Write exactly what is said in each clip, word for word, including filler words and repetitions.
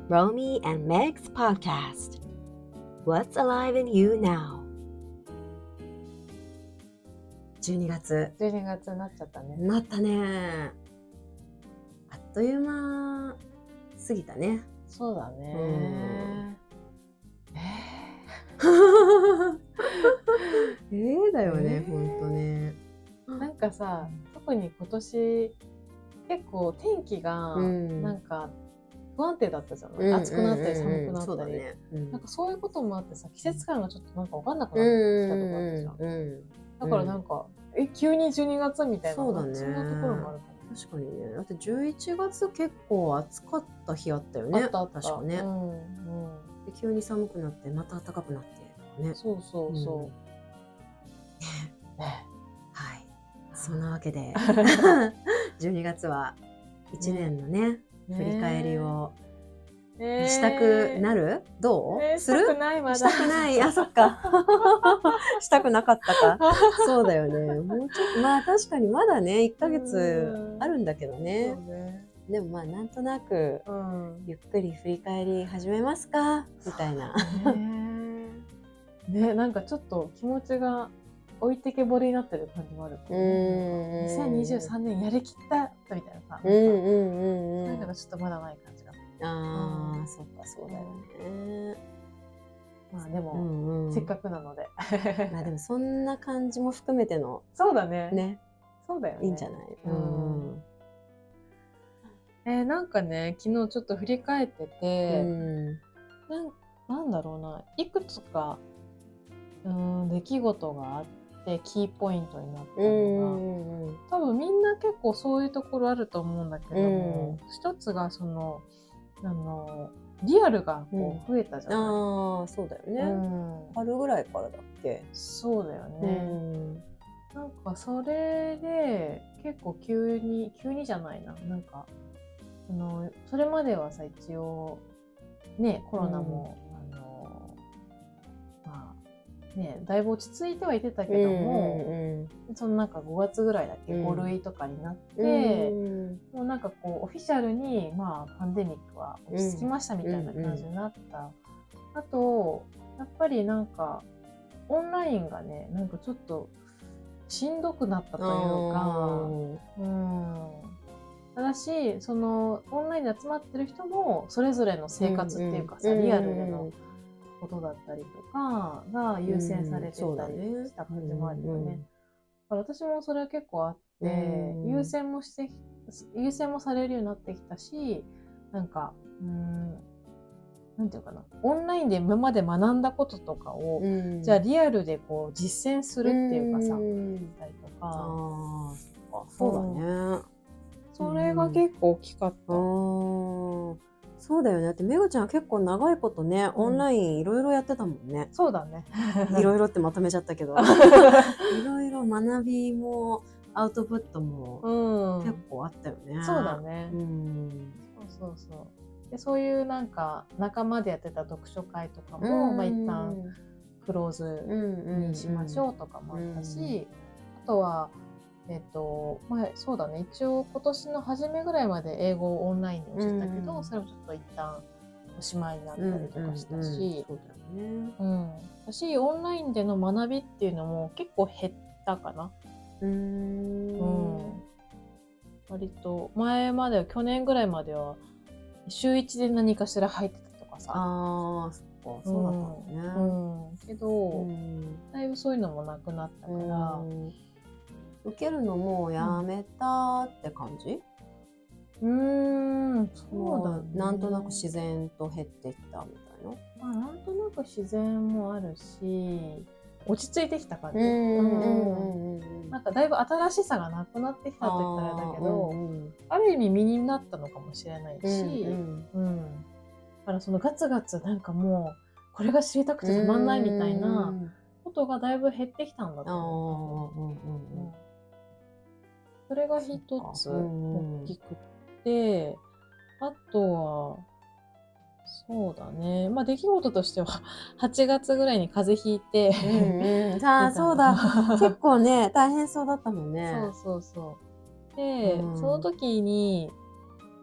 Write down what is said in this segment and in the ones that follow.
Romy and Meg's podcast. What's alive in you now? じゅうにがつ。 じゅうにがつになっちゃったね。 なったね。あっという間過ぎたね。 そうだね。 えーだよね、 えーほんとね。 なんかさ、特に今年結構天気がなんか不安定だったじゃない、うん、暑くなったり寒くなったり、ね、うん、なんかそういうこともあってさ、季節感がちょっとなんか分かんなくなってきたとこあったじゃん、うんうん、だからなんか、うん、え急にじゅうにがつみたいな、そうだね、そんなところもあるかも。 確かにね。だってじゅういちがつ結構暑かった日あったよね。 あったあった、 確かね、 うんうん、 で急に寒くなってまた暖かくなってとかね。 そうそうそう、うん、ねねはい、そんなわけでじゅうにがつはいちねんのね、ね振り返りをえー、 したくなる？どう？ えー、 する？ したくない、まだしたくない。あ、そっかしたくなかったかそうだよね。もうちょっと、まあ確かにまだねいっかげつあるんだけどね。 ね、 でもまあなんとなく、うん、ゆっくり振り返り始めますかみたいなね, ね、なんかちょっと気持ちが置いてけぼりになってる感じもある。うん、にせんにじゅうさんねんやりきったみたいなさ、そういうのがちょっとまだない感じが。 ああ、うん、そっか、そうだよね。 まあでも、うんうん、せっかくなのでまあでもそんな感じも含めてのそうだね。 ね、 そうだよね。 いいんじゃない？ うん。えー、なんかね、昨日ちょっと振り返ってて、うん、なんなんだろうな、いくつかうん出来事があってキーポイントになったのが、うんうん、多分みんな結構そういうところあると思うんだけども、うん、一つがそのあのリアルがこう増えたじゃない、うん、 ああそうだよね、うん、春ぐらいからだっけ。 そうだよね、うん、なんかそれで結構急に急にじゃないな、なんかあのそれまではさ一応ねコロナも、うん、あのまあねだいぶ落ち着いてはいてたけども、うんうんうん、そのなんかごがつぐらいだっけ、うん、ご類とかになって、うん、もうなんかこうオフィシャルにまあパンデミックは落ち着きましたみたいな感じになった、うんうんうん、あとやっぱりなんかオンラインがねなんかちょっとしんどくなったというか、うん、ただしそのオンラインで集まってる人もそれぞれの生活っていうかさ、うんうん、リアルでのことだったりとかが優先されてたりした感じもあるよね。うんうん、だから私もそれは結構あって、うん、優先もして優先もされるようになってきたし、なんかうーんなんていうかな、オンラインで今まで学んだこととかを、うん、じゃあリアルでこう実践するっていうかさ、うん、たりとか、 ああそうだね。 それが結構大きかった。 うん、そうだよね。だってめぐちゃんは結構長いことね、オンラインいろいろやってたもんね。 そうだね。 いろいろってまとめちゃったけど、いろいろ学びもアウトプットも結構あったよね。 うん、そうだね。うん、そうそうそう。でそういうなんか仲間でやってた読書会とかも、うん、まあ一旦クローズにしましょうとかもあったし、うんうん、あとはえっとまあ、そうだね、一応今年の初めぐらいまで英語をオンラインにしてたけど、うん、それもちょっと一旦おしまいになったりとかしたし、そうだよね。うん。私オンラインでの学びっていうのも結構減ったかな。うーん。うん。割と前までは去年ぐらいまでは週一で何かしら入ってたとかさ。 ああ、そっか、そうだったんだね。うん。 うん、けど、うん、だいぶそういうのもなくなったから。うん受けるのもやめたって感じ？ うーん、そうだね。 なんとなく自然と減ってきたみたいな。 まあ、なんとなく自然もあるし、落ち着いてきた感じ。なんかだいぶ新しさがなくなってきたって言ったらあれだけど、うんうん、ある意味身になったのかもしれないし、うんうん、だからそのガツガツなんかもうこれが知りたくてたまんないみたいなことがだいぶ減ってきたんだと思う。それが一つ大きくて、あとは、そうだね。まあ出来事としては、はちがつぐらいに風邪ひいて。 うんうん、ああ、そうだ。結構ね、大変そうだったもんね。 そうそうそう。で、うん、その時に、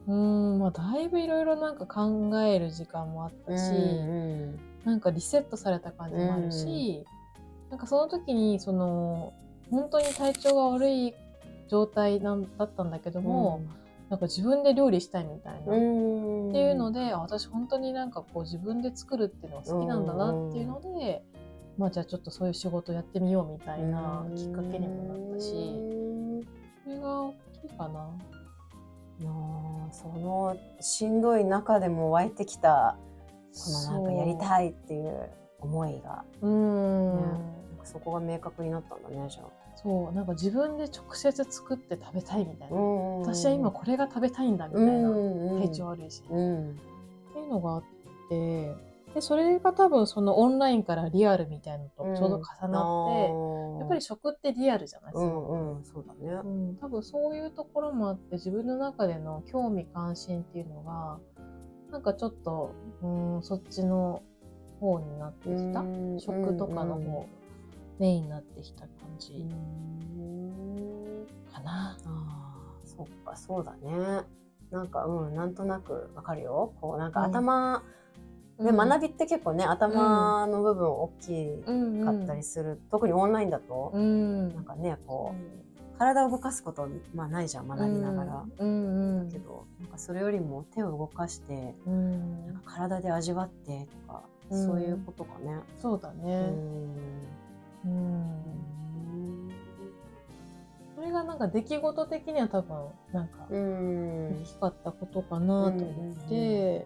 うーん、まあだいぶいろいろなんか考える時間もあったし、 うんなんかリセットされた感じもあるし、なんかその時にその本当に体調が悪い状態なんだったんだけども、なんか自分で料理したいみたいな、 うんっていうので、あ私本当になんかこう自分で作るっていうのが好きなんだなっていうので、まあじゃあちょっとそういう仕事やってみようみたいなきっかけにもなったし、それが大きいかな。 あそのしんどい中でも湧いてきたこのなんかやりたいっていう思いが、 うーん、 ね、なんかそこが明確になったんだねじゃあ。 そうなんか自分で直接作って食べたいみたいな、私は今これが食べたいんだみたいな、体調悪いし、 うん、 っていうのがあって、でそれが多分そのオンラインからリアルみたいなのとちょうど重なって、うん、やっぱり食ってリアルじゃないですか。うんうん、そうだね、うん。多分そういうところもあって自分の中での興味関心っていうのがなんかちょっと、うん、そっちの方になってきた、うん、食とかの方、メインになってきた感じかな。 あそっかそうだね。なんかうんなんとなくわかるよ。こうなんか頭、うんね、学びって結構ね頭の部分大きかったりする、うんうん、特にオンラインだと、うん、なんかねこう、うん、体を動かすこと、まあ、ないじゃん学びながら、うんうんうん、だけどなんかそれよりも手を動かして、うん、なんか体で味わってとか、うん、そういうことかね。 そうだね。うん、うんそれがなんか出来事的には多分なんか大きかったことかなと思って、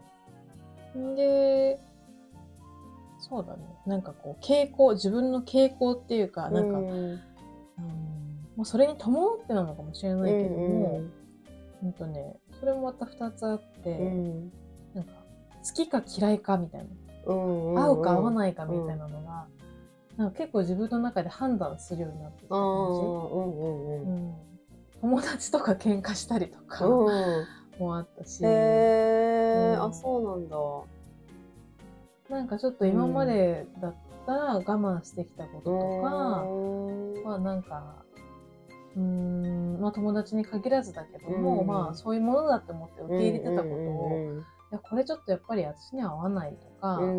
うんうんうん、でそうだねなんかこう傾向自分の傾向っていうかなんか、うんうん、もうそれに伴ってなのかもしれないけども、うんうん、とねそれもまたふたつあって、うん、なんか好きか嫌いかみたいな、うんうんうん、合うか合わないかみたいなのが、うん、なんか結構自分の中で判断するようになってきた感じ。うんうんうん、友達とか喧嘩したりとか、うん、もあったし、 へー、うん、あそうなんだ。 なんかちょっと今までだったら我慢してきたこととか、うん、まあなんかうーん、まあ友達に限らずだけども、うん、まあそういうものだって思って受け入れてたことを、うんうんうん、いやこれちょっとやっぱり私には合わないとか、うん、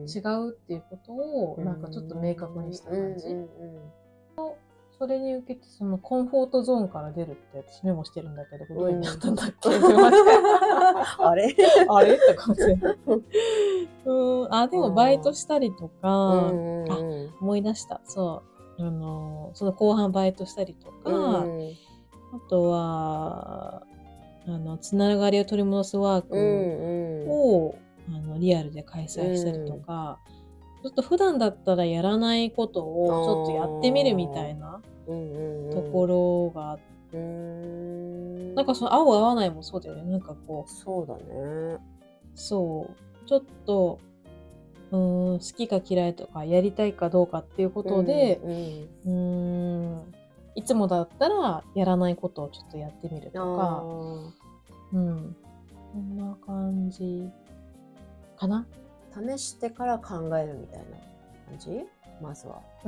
違うっていうことをなんかちょっと明確にした感じ。うんうんうんそれに受けてそのコンフォートゾーンから出るって私メモしてるんだけど、どういう意味だったんだっけ、うん、 あれあれって感じうんあでもバイトしたりとか、うんうん、あ思い出したそうあのその後半バイトしたりとか、うん、あとはあのつながりを取り戻すワークを、うんうん、あのリアルで開催したりとか、うんちょっと普段だったらやらないことをちょっとやってみるみたいなところがあって、うんうんうん、なんかその合う合わないもそうだよね。なんかこうそうだね。 そうちょっとうーん好きか嫌いとかやりたいかどうかっていうことで、うんうん、うーんいつもだったらやらないことをちょっとやってみるとか、うん、こんな感じかな。 試してから考えるみたいな感じまずは。 うん。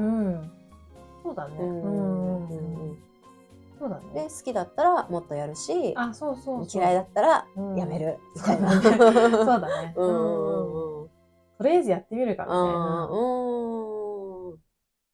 そうだね。うんうんうん。そうだね。 で好きだったらもっとやるし、 あ、そうそうそう。 嫌いだったらやめる、うん、みたいな。 そうだね。うんうんうん。とりあえずやってみるかみたいな。 うん。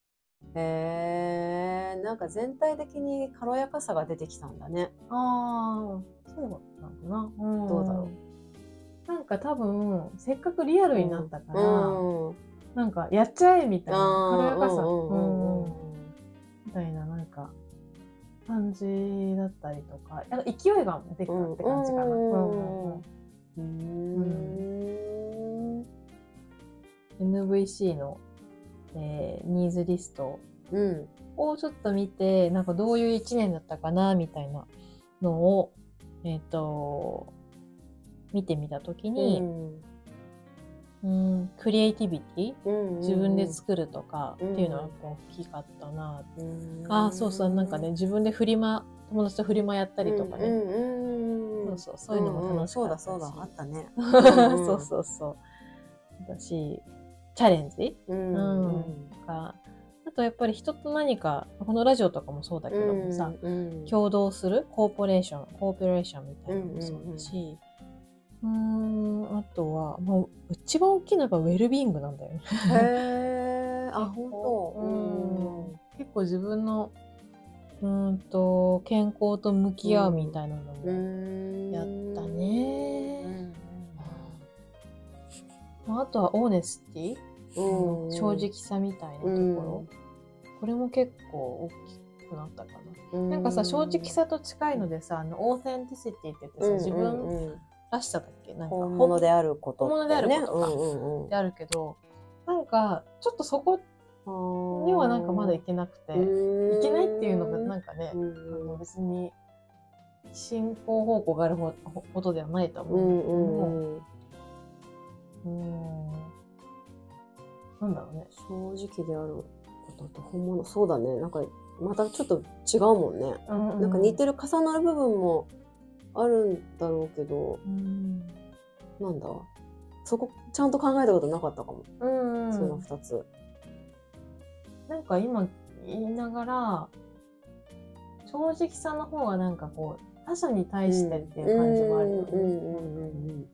へえ、なんか全体的に軽やかさが出てきたんだね。 ああ、そうなのかな。うん、 どうだろう。 なんか多分せっかくリアルになったから、うん、なんかやっちゃえみたいな軽やかさみたいななんか感じだったりとか、なんか勢いが出てきたって感じかな。エヌブイシー の、えー、ニーズリストをちょっと見て、なんかどういういちねんだったかなみたいなのをえっと見てみたときに、うん、うんクリエイティビティ、うんうんうん、自分で作るとかっていうのは大きかったな、うん、ああそうそうなんかね自分でフリマ友達とフリマやったりとかね、うんうん、そうそうそういうのも楽しかったし、 うんうん、そうだそうだあったねそうそうそうだしチャレンジ、うんうん、とかああとやっぱり人と何かこのラジオとかもそうだけどもさ、 うんうん、 共同するコーポレーションコーポレーションみたいなのもそうだし、うーんあとは、まあ、一番大きいのはウェルビーイングなんだよね。 へー、あ本当、 うん、結構自分のうんと健康と向き合うみたいなのもやったね。うん、あとはオーネスティ、うん、正直さみたいなところ、うん、これも結構大きくなったかな。うん、なんかさ正直さと近いのでさ、あのオーセンティシティって言ってさ、うん、自分らしさだっけ、なんか本物であることってね、 本物であることか、うんうんうん、であるけど、なんかちょっとそこにはなんかまだいけなくて、いけないっていうのがなんかね、あの別に進行方向があることではないと思うんだけども、うん、なんだろうね、 正直であることと本物、そうだね、なんかまたちょっと違うもんね、うんうん、なんか似てる重なる部分もあるんだろうけど、うん、なんだそこちゃんと考えたことなかったかも、うんうん、そのふたつ。 なんか今言いながら正直さの方がなんかこう他者に対してっていう感じもあるよね。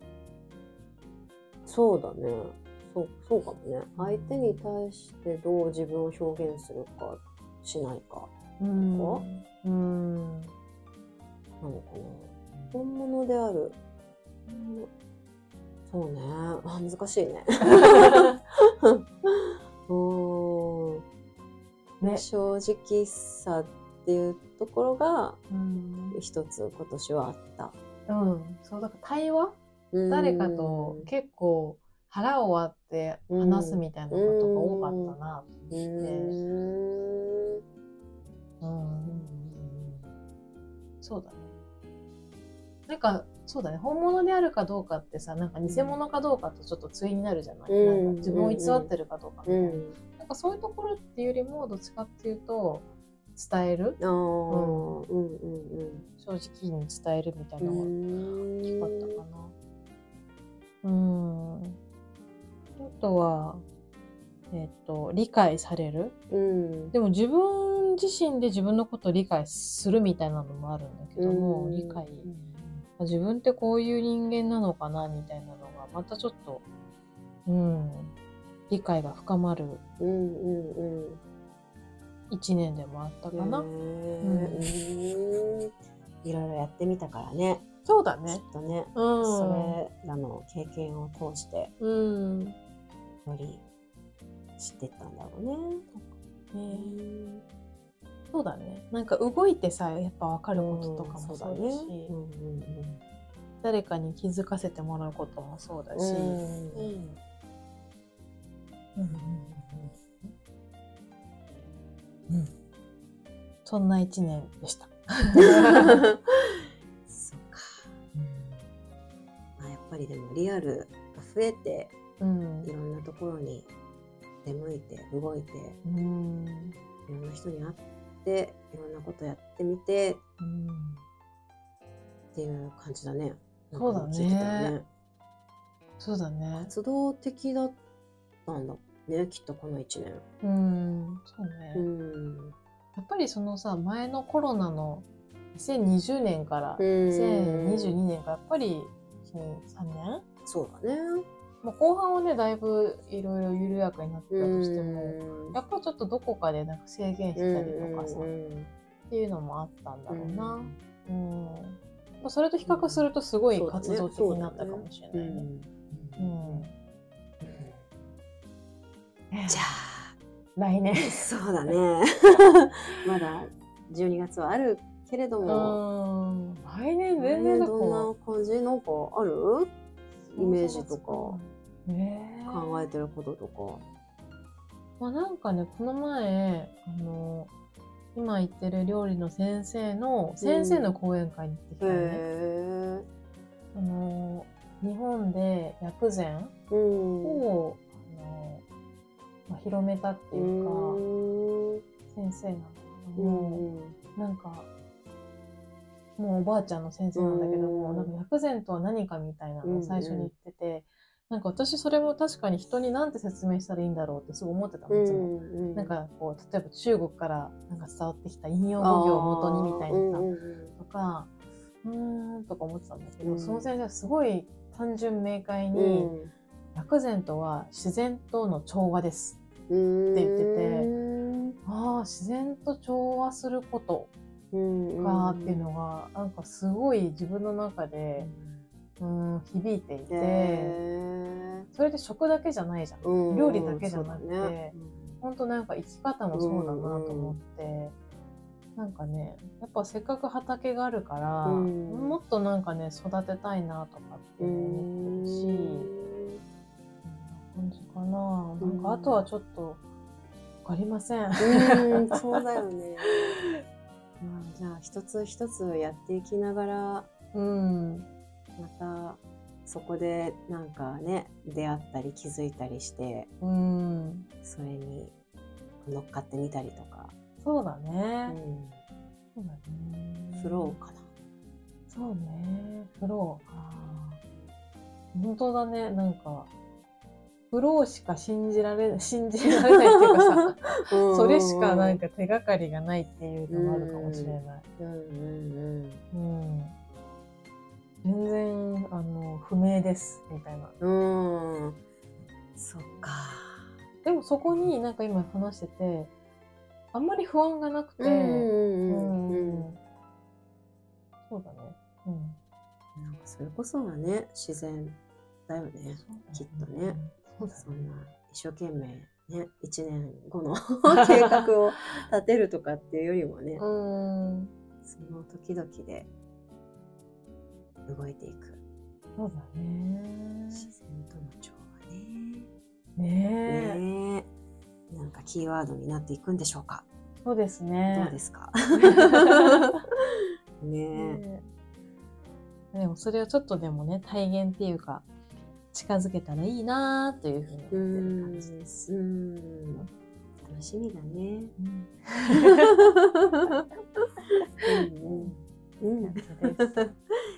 そうだね、そうそうかもね。相手に対してどう自分を表現するかしないかとか、うん、なのかな。本物である。そうね。あ、難しいね。うんね、正直さっていうところが一つ今年はあった。 うん、そうだから対話、誰かと結構腹を割って話すみたいなことが多かったなって。うん、そうだね。なんかそうだね、本物であるかどうかってさ、なんか偽物かどうかとちょっと対になるじゃない、うん、なんか自分を偽ってるかどうかみたいな、うん、なんかそういうところっていうよりもどっちかっていうと伝える、うんうんうん、正直に伝えるみたいなのが大きかったかな。うん、あとはえっと理解される、うん、でも自分自身で自分のことを理解するみたいなのもあるんだけども、うん、理解、自分ってこういう人間なのかなみたいなのがまたちょっと、うん、理解が深まる一年でもあったかな。うん、 いろいろやってみたからね。 そうだね。 きっとね、うん、それらの経験を通して、うん、より知ってったんだろうね。うん、 そうだね。なんか動いてさ、やっぱ分かることとかもそうだし、うん、そうだね、うんうんうん、誰かに気づかせてもらうこともそうだし、うんうんうんうん、そんな一年でした。 そうか、うんまあ、やっぱりでもリアルが増えて、うん、いろんなところに出向いて動いて、うん、いろんな人に会っていろんなことやってみて、うん、っていう感じだね。 そうだね。そうだね。 活動的だったんだね、きっとこのいちねん。 うん、そうね。うん、やっぱりそのさ、前のコロナのにせんにじゅうねんからにせんにじゅうにねんからやっぱりさんねん？ そうだね。 まあ、後半はねだいぶいろいろ緩やかになってたとしても、やっぱちょっとどこかでなんか制限したりとかさっていうのもあったんだろうな。うん、うん、それと比較するとすごい活動的になったかもしれないね。 じゃあ来年そうだねまだじゅうにがつはあるけれども、 来年全然どんな感じなんかある？イメージとか、えー、考えてることとか。 まあなんかね、この前あの今行ってる料理の先生の先生の講演会に行ってきたのね。うん、あの日本で薬膳を、うんあのまあ、広めたっていうか、うん、先生なんだけども、うん、なんかもうおばあちゃんの先生なんだけども、うん、なんか薬膳とは何かみたいなのを最初に言ってて、 なんか私それも確かに人になんて説明したらいいんだろうってすごい思ってたもん、いつも。 うんうん、 なんかこう例えば中国からなんか伝わってきた引用語行を元にみたいなさ、うんうん、とかうーんとか思ってたんだけど、うん、その先生はすごい単純明快に、うん、薬膳とは自然との調和ですって言ってて、ああ自然と調和することかっていうのがなんかすごい自分の中で、うん、響いていて、えー、それで食だけじゃないじゃん、うん、料理だけじゃなくて、ね、うん、ほんとなんか生き方もそうだなと思って、うんうん、なんかねやっぱせっかく畑があるから、うん、もっとなんかね育てたいなとかって思ってるし、うん、こんな感じかな。なんかあとはちょっと分かりません。 うん、そうだよね。まあ、じゃあ一つ一つやっていきながら、うん、またそこでなんかね出会ったり気づいたりして、うん、それに乗っかってみたりとか。 そうだね、うん、 そうだね。フローかな。 そうね、フロー。あー、本当だね。なんかフローしか信じられ信じられないっていうかさそれしかなんか手がかりがないっていうのもあるかもしれない。うんうんうん、うん、全然あの不明ですみたいな。うん、 そっか。 でもそこになんか今話しててあんまり不安がなくて、うんうんうん、そうだね。うん、 なんかそれこそはね自然だよね、きっとね。そうだね。そんな一生懸命ねいちねんごの計画を立てるとかっていうよりもね、うん、その時々で動いていく。 そうだね。 自然との調和ね。 ねえ。 ねえ。なんかキーワードになっていくんでしょうか。 そうですね。 どうですか。ねえ。でもそれをちょっとでもね体現っていうか近づけたらいいなというふうに思ってる感じです。うん、 楽しみだね。うん。うん。うん。